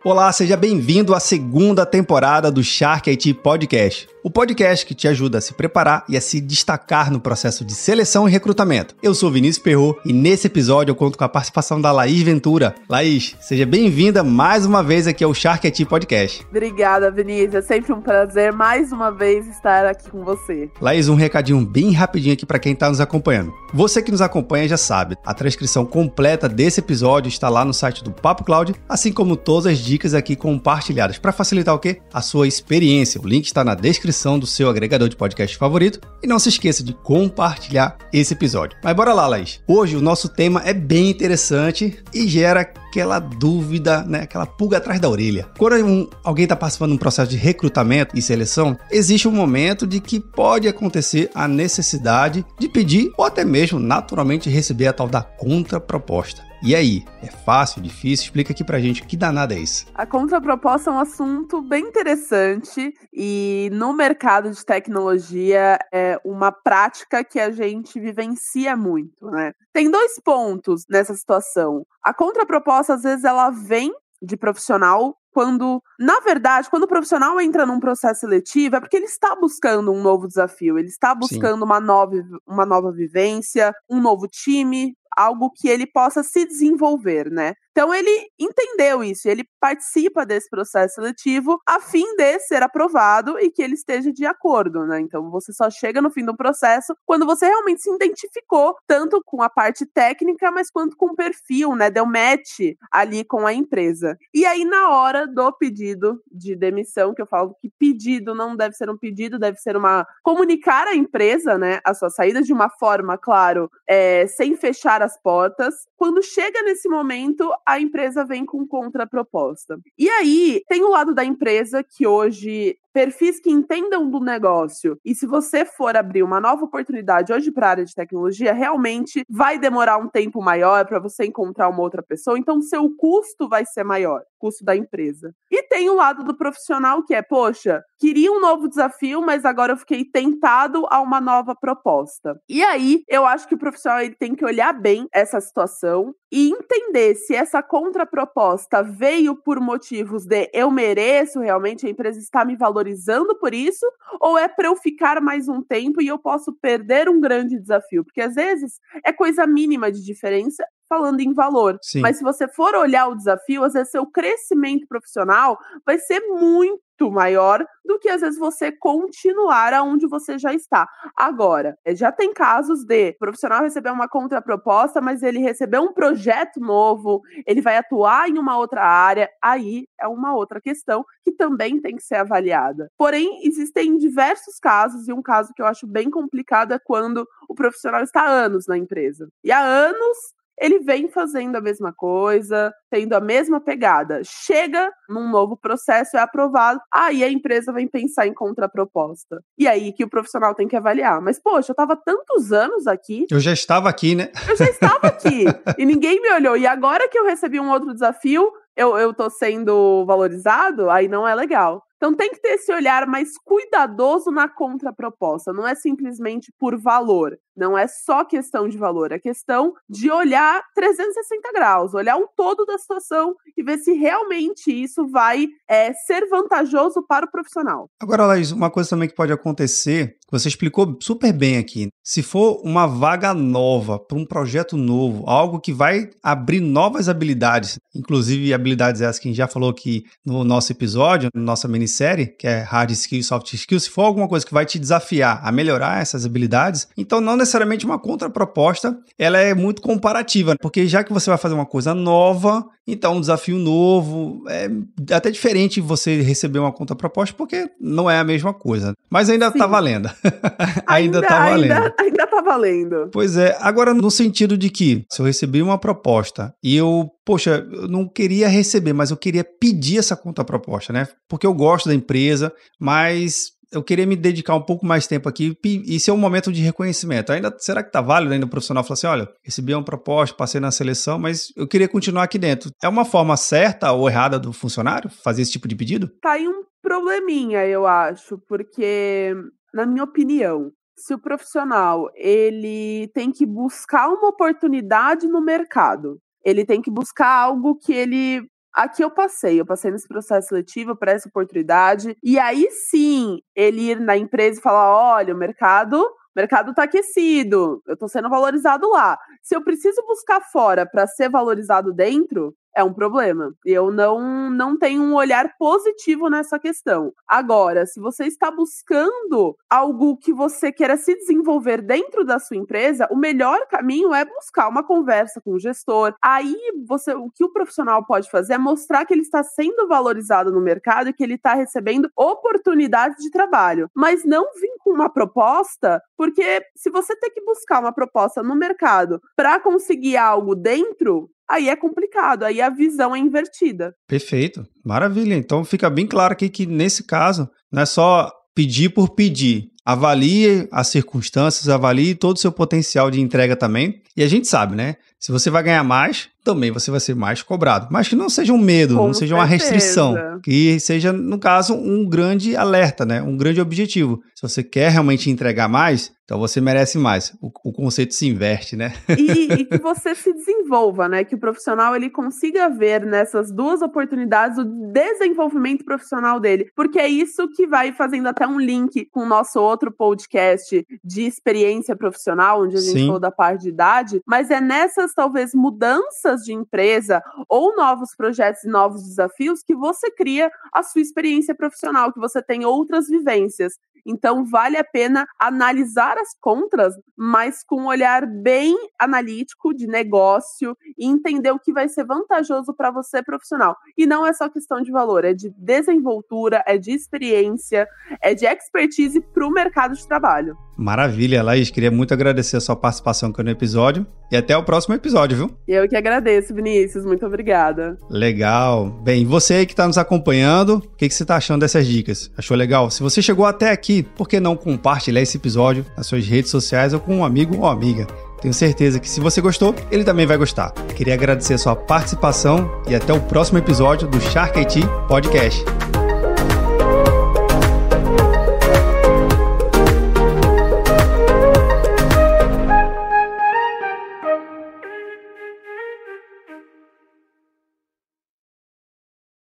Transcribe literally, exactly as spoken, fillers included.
Olá, seja bem-vindo à segunda temporada do Shark I T Podcast. O podcast que te ajuda a se preparar e a se destacar no processo de seleção e recrutamento. Eu sou Vinícius Perro e nesse episódio eu conto com a participação da Laís Ventura. Laís, seja bem-vinda mais uma vez aqui ao Shark I T Podcast. Obrigada, Vinícius. É sempre um prazer mais uma vez estar aqui com você. Laís, um recadinho bem rapidinho aqui para quem está nos acompanhando. Você que nos acompanha já sabe, a transcrição completa desse episódio está lá no site do Papo Cloud, assim como todas as dicas aqui compartilhadas para facilitar o quê? A sua experiência. O link está na descrição do seu agregador de podcast favorito e não se esqueça de compartilhar esse episódio. Mas bora lá, Laís. Hoje o nosso tema é bem interessante e gera aquela dúvida, né? Aquela pulga atrás da orelha. Quando um, alguém está participando de um processo de recrutamento e seleção, existe um momento de que pode acontecer a necessidade de pedir ou até mesmo naturalmente receber a tal da contraproposta. E aí, é fácil, difícil? Explica aqui pra gente que danada é isso. A contraproposta é um assunto bem interessante e no mercado de tecnologia é uma prática que a gente vivencia muito, né? Tem dois pontos nessa situação. A contraproposta, às vezes, ela vem de profissional quando, na verdade, quando o profissional entra num processo seletivo, é porque ele está buscando um novo desafio, ele está buscando uma nova, uma nova vivência, um novo time, algo que ele possa se desenvolver, né? Então ele entendeu isso, ele participa desse processo seletivo a fim de ser aprovado e que ele esteja de acordo, né? Então você só chega no fim do processo quando você realmente se identificou tanto com a parte técnica, mas quanto com o perfil, né? Deu match ali com a empresa. E aí na hora do pedido de demissão, que eu falo que pedido não deve ser um pedido, deve ser uma... comunicar à empresa, né? A sua saída de uma forma, claro, é, sem fechar as portas. Quando chega nesse momento, a empresa vem com contraproposta. E aí, tem o lado da empresa que hoje... perfis que entendam do negócio. E se você for abrir uma nova oportunidade hoje para a área de tecnologia, realmente vai demorar um tempo maior para você encontrar uma outra pessoa, então seu custo vai ser maior, custo da empresa. E tem o lado do profissional que é, poxa, queria um novo desafio, mas agora eu fiquei tentado a uma nova proposta. E aí, eu acho que o profissional ele tem que olhar bem essa situação e entender se essa contraproposta veio por motivos de eu mereço realmente, a empresa está me valorizando por isso, ou é para eu ficar mais um tempo e eu posso perder um grande desafio? Porque às vezes é coisa mínima de diferença falando em valor. Sim. Mas se você for olhar o desafio, às vezes seu crescimento profissional vai ser muito maior do que às vezes você continuar aonde você já está. Agora, já tem casos de profissional receber uma contraproposta, mas ele recebeu um projeto novo, ele vai atuar em uma outra área, aí é uma outra questão que também tem que ser avaliada. Porém, existem diversos casos, e um caso que eu acho bem complicado é quando o profissional está há anos na empresa. E há anos ele vem fazendo a mesma coisa, tendo a mesma pegada. Chega num novo processo, é aprovado, aí a empresa vem pensar em contraproposta. E aí que o profissional tem que avaliar. Mas, poxa, eu estava tantos anos aqui. Eu já estava aqui, né? Eu já estava aqui. E ninguém me olhou. E agora que eu recebi um outro desafio, eu, eu tô sendo valorizado, aí não é legal. Então tem que ter esse olhar mais cuidadoso na contraproposta, não é simplesmente por valor, não é só questão de valor, é questão de olhar trezentos e sessenta graus, olhar o todo da situação e ver se realmente isso vai é, ser vantajoso para o profissional. Agora, Laís, uma coisa também que pode acontecer, você explicou super bem aqui, se for uma vaga nova, para um projeto novo, algo que vai abrir novas habilidades, inclusive habilidades essas que a gente já falou aqui no nosso episódio, na nossa minissérie, que é Hard Skills, Soft Skills, se for alguma coisa que vai te desafiar a melhorar essas habilidades, então não necessariamente uma contraproposta, ela é muito comparativa, porque já que você vai fazer uma coisa nova, então um desafio novo, é até diferente você receber uma contraproposta, porque não é a mesma coisa, mas ainda está valendo. ainda está valendo. Ainda, ainda tá valendo. Pois é, agora no sentido de que se eu receber uma proposta e eu, poxa, eu não queria receber, mas eu queria pedir essa contraproposta, né? Porque eu gosto da empresa, mas eu queria me dedicar um pouco mais tempo aqui e ser um momento de reconhecimento. Ainda, será que tá válido ainda o profissional falar assim, olha, recebi uma proposta, passei na seleção, mas eu queria continuar aqui dentro. É uma forma certa ou errada do funcionário fazer esse tipo de pedido? Tá aí um probleminha, eu acho, porque, na minha opinião, se o profissional ele tem que buscar uma oportunidade no mercado, ele tem que buscar algo que ele aqui eu passei, eu passei nesse processo seletivo para essa oportunidade, e aí sim, ele ir na empresa e falar, olha, o mercado... O mercado está aquecido, eu estou sendo valorizado lá. Se eu preciso buscar fora para ser valorizado dentro, é um problema. Eu não, não tenho um olhar positivo nessa questão. Agora, se você está buscando algo que você queira se desenvolver dentro da sua empresa, o melhor caminho é buscar uma conversa com o gestor. Aí, você, o que o profissional pode fazer é mostrar que ele está sendo valorizado no mercado e que ele está recebendo oportunidades de trabalho. Mas não vir com uma proposta, porque se você tem que buscar uma proposta no mercado para conseguir algo dentro, aí é complicado, aí a visão é invertida. Perfeito, maravilha. Então fica bem claro aqui que nesse caso não é só pedir por pedir. Avalie as circunstâncias, avalie todo o seu potencial de entrega também. E a gente sabe, né? Se você vai ganhar mais, também você vai ser mais cobrado. Mas que não seja um medo, Com não seja certeza. uma restrição. Que seja, no caso, um grande alerta, né? Um grande objetivo. Se você quer realmente entregar mais, então você merece mais. O, o conceito se inverte, né? E, e que você se desenvolva, né? Que o profissional ele consiga ver nessas duas oportunidades o desenvolvimento profissional dele. Porque é isso que vai fazendo até um link com o nosso outro podcast de experiência profissional, onde a gente Sim. falou da parte de idade. Mas é nessas, talvez, mudanças de empresa ou novos projetos e novos desafios que você cria a sua experiência profissional, que você tem outras vivências. Então, vale a pena analisar as contras, mas com um olhar bem analítico de negócio e entender o que vai ser vantajoso para você profissional. E não é só questão de valor, é de desenvoltura, é de experiência, é de expertise para o mercado de trabalho. Maravilha, Laís. Queria muito agradecer a sua participação aqui no episódio e até o próximo episódio, viu? Eu que agradeço, Vinícius. Muito obrigada. Legal. Bem, você aí que está nos acompanhando, o que, que você está achando dessas dicas? Achou legal? Se você chegou até aqui, por que não compartilhar esse episódio nas suas redes sociais ou com um amigo ou amiga? Tenho certeza que se você gostou, ele também vai gostar. Queria agradecer a sua participação e até o próximo episódio do Shark I T Podcast.